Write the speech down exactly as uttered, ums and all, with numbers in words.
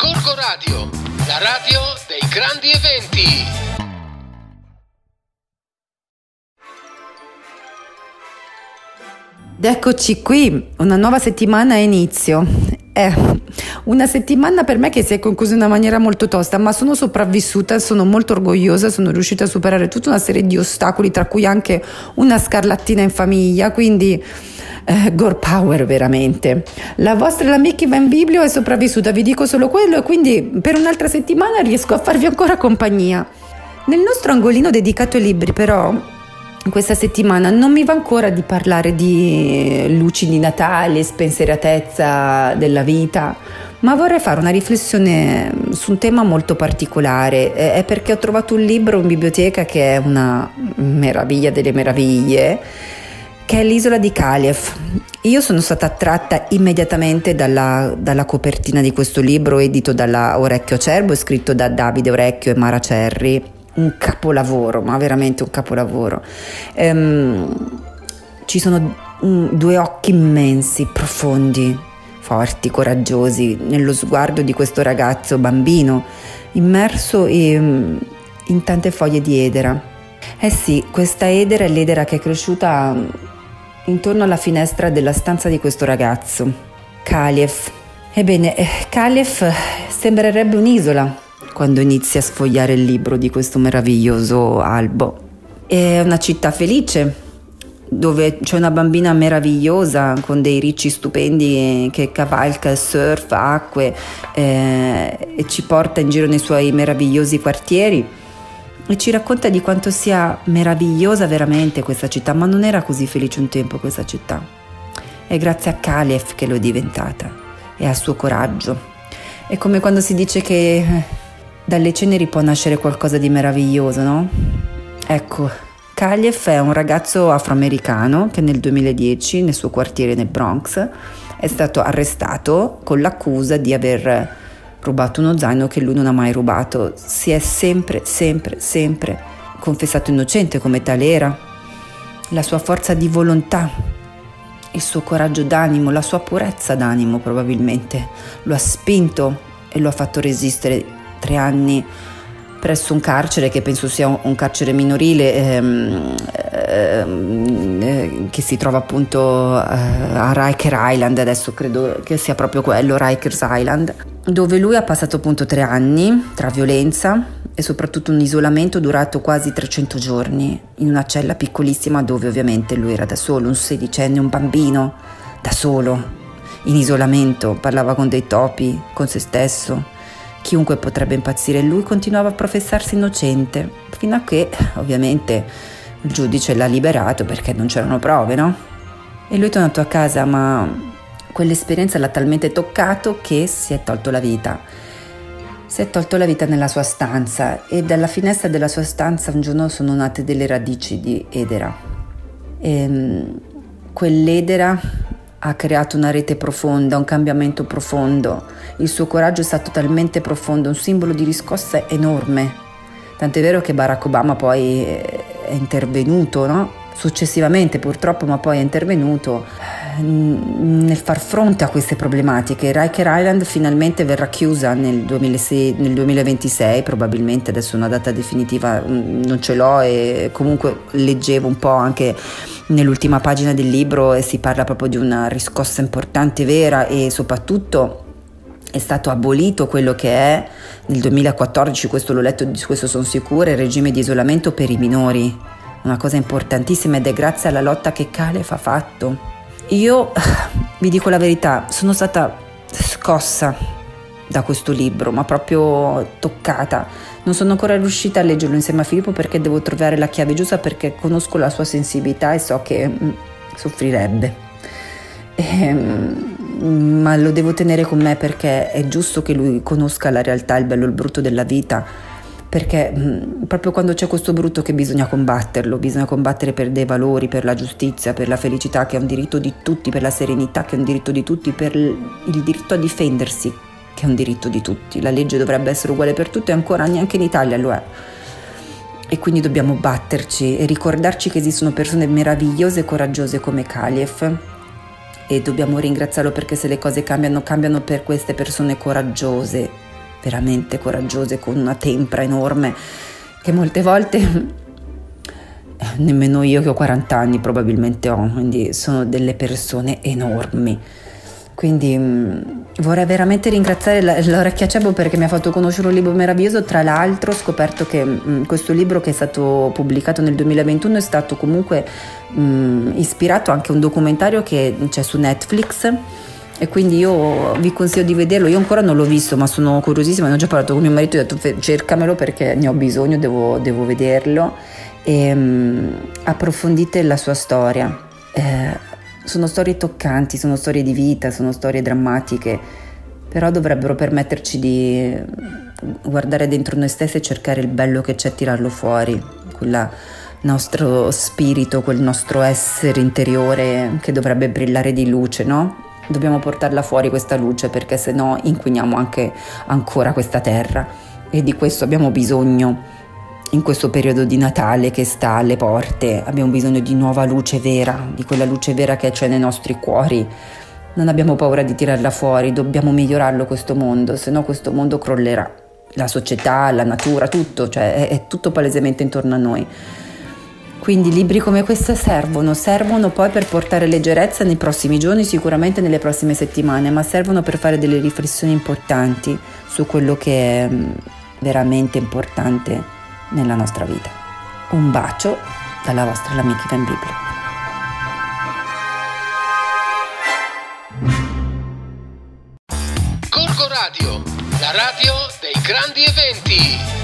Gorgo Radio, la radio dei grandi eventi. Ed eccoci qui, una nuova settimana a inizio. È una settimana per me che si è conclusa in una maniera molto tosta, ma sono sopravvissuta, sono molto orgogliosa, sono riuscita a superare tutta una serie di ostacoli, tra cui anche una scarlattina in famiglia, quindi eh, girl power veramente. La vostra, la Mickey Van Biblio, è sopravvissuta, vi dico solo quello, e quindi per un'altra settimana riesco a farvi ancora compagnia. Nel nostro angolino dedicato ai libri, però, questa settimana non mi va ancora di parlare di luci di Natale, spensieratezza della vita, ma vorrei fare una riflessione su un tema molto particolare. È perché ho trovato un libro in biblioteca che è una meraviglia delle meraviglie, che è L'isola di Calef. Io sono stata attratta immediatamente dalla, dalla copertina di questo libro, edito dalla Orecchio Acerbo e scritto da Davide Orecchio e Mara Cerri. Un capolavoro, ma veramente un capolavoro. Ehm, ci sono um, due occhi immensi, profondi, forti, coraggiosi, nello sguardo di questo ragazzo bambino immerso in, in tante foglie di edera. Eh sì, questa edera è l'edera che è cresciuta intorno alla finestra della stanza di questo ragazzo, Calef. Ebbene, Calef sembrerebbe un'isola quando inizi a sfogliare il libro di questo meraviglioso albo. È una città felice, dove c'è una bambina meravigliosa con dei ricci stupendi che cavalca, surfa, acque eh, e ci porta in giro nei suoi meravigliosi quartieri e ci racconta di quanto sia meravigliosa veramente questa città, ma non era così felice un tempo questa città. È grazie a Calef che lo è diventata e al suo coraggio. È come quando si dice che dalle ceneri può nascere qualcosa di meraviglioso, no? Ecco, Calef è un ragazzo afroamericano che nel duemiladieci, nel suo quartiere nel Bronx, è stato arrestato con l'accusa di aver rubato uno zaino che lui non ha mai rubato. Si è sempre, sempre, sempre confessato innocente, come tale era. La sua forza di volontà, il suo coraggio d'animo, la sua purezza d'animo probabilmente lo ha spinto e lo ha fatto resistere tre anni presso un carcere che penso sia un carcere minorile ehm, ehm, che si trova appunto eh, a Rikers Island, adesso credo che sia proprio quello, Rikers Island, dove lui ha passato appunto tre anni tra violenza e soprattutto un isolamento durato quasi trecento giorni in una cella piccolissima dove ovviamente lui era da solo, un sedicenne, un bambino da solo, in isolamento, parlava con dei topi, con se stesso. Chiunque potrebbe impazzire, lui continuava a professarsi innocente, fino a che ovviamente il giudice l'ha liberato perché non c'erano prove, no? E lui è tornato a casa, ma quell'esperienza l'ha talmente toccato che si è tolto la vita. Si è tolto la vita nella sua stanza e dalla finestra della sua stanza un giorno sono nate delle radici di edera. E quell'edera ha creato una rete profonda, un cambiamento profondo. Il suo coraggio è stato talmente profondo, un simbolo di riscossa enorme. Tant'è vero che Barack Obama poi è intervenuto, no? Successivamente purtroppo, ma poi è intervenuto nel far fronte a queste problematiche. Rikers Island finalmente verrà chiusa nel, duemilasei, nel duemilaventisei, probabilmente, adesso una data definitiva non ce l'ho, e comunque leggevo un po' anche nell'ultima pagina del libro e si parla proprio di una riscossa importante, vera, e soprattutto è stato abolito quello che è nel duemilaquattordici, questo l'ho letto, di questo sono sicura, il regime di isolamento per i minori, una cosa importantissima, ed è grazie alla lotta che Calef ha fatto. Io vi dico la verità, sono stata scossa da questo libro, ma proprio toccata. Non sono ancora riuscita a leggerlo insieme a Filippo perché devo trovare la chiave giusta, perché conosco la sua sensibilità e so che mh, soffrirebbe. E, ma lo devo tenere con me perché è giusto che lui conosca la realtà, il bello e il brutto della vita, perché mh, proprio quando c'è questo brutto che bisogna combatterlo, bisogna combattere per dei valori, per la giustizia, per la felicità che è un diritto di tutti, per la serenità che è un diritto di tutti, per il diritto a difendersi che è un diritto di tutti. La legge dovrebbe essere uguale per tutti e ancora neanche in Italia lo è. E quindi dobbiamo batterci e ricordarci che esistono persone meravigliose e coraggiose come Calef, e dobbiamo ringraziarlo perché se le cose cambiano, cambiano per queste persone coraggiose veramente coraggiose, con una tempra enorme, che molte volte nemmeno io che ho quaranta anni probabilmente ho, quindi sono delle persone enormi. Quindi mh, vorrei veramente ringraziare la, Laura Chiacebo perché mi ha fatto conoscere un libro meraviglioso. Tra l'altro ho scoperto che mh, questo libro, che è stato pubblicato nel duemilaventuno, è stato comunque mh, ispirato anche a un documentario che c'è su Netflix, e quindi io vi consiglio di vederlo. Io ancora non l'ho visto, ma sono curiosissima, ne ho già parlato con mio marito, ho detto cercamelo perché ne ho bisogno, devo, devo vederlo. E um, approfondite la sua storia. Eh, sono storie toccanti, sono storie di vita, sono storie drammatiche, però dovrebbero permetterci di guardare dentro noi stessi e cercare il bello che c'è, tirarlo fuori, quel nostro spirito, quel nostro essere interiore che dovrebbe brillare di luce, no? Dobbiamo portarla fuori questa luce, perché sennò inquiniamo anche ancora questa terra, e di questo abbiamo bisogno in questo periodo di Natale che sta alle porte. Abbiamo bisogno di nuova luce vera, di quella luce vera che c'è nei nostri cuori. Non abbiamo paura di tirarla fuori, dobbiamo migliorarlo questo mondo, sennò questo mondo crollerà. La società, la natura, tutto, cioè è, è tutto palesemente intorno a noi. Quindi libri come questo servono, servono poi per portare leggerezza nei prossimi giorni, sicuramente nelle prossime settimane, ma servono per fare delle riflessioni importanti su quello che è veramente importante nella nostra vita. Un bacio dalla vostra L'Amica Van Bibbia. Gorgo Radio, la radio dei grandi eventi.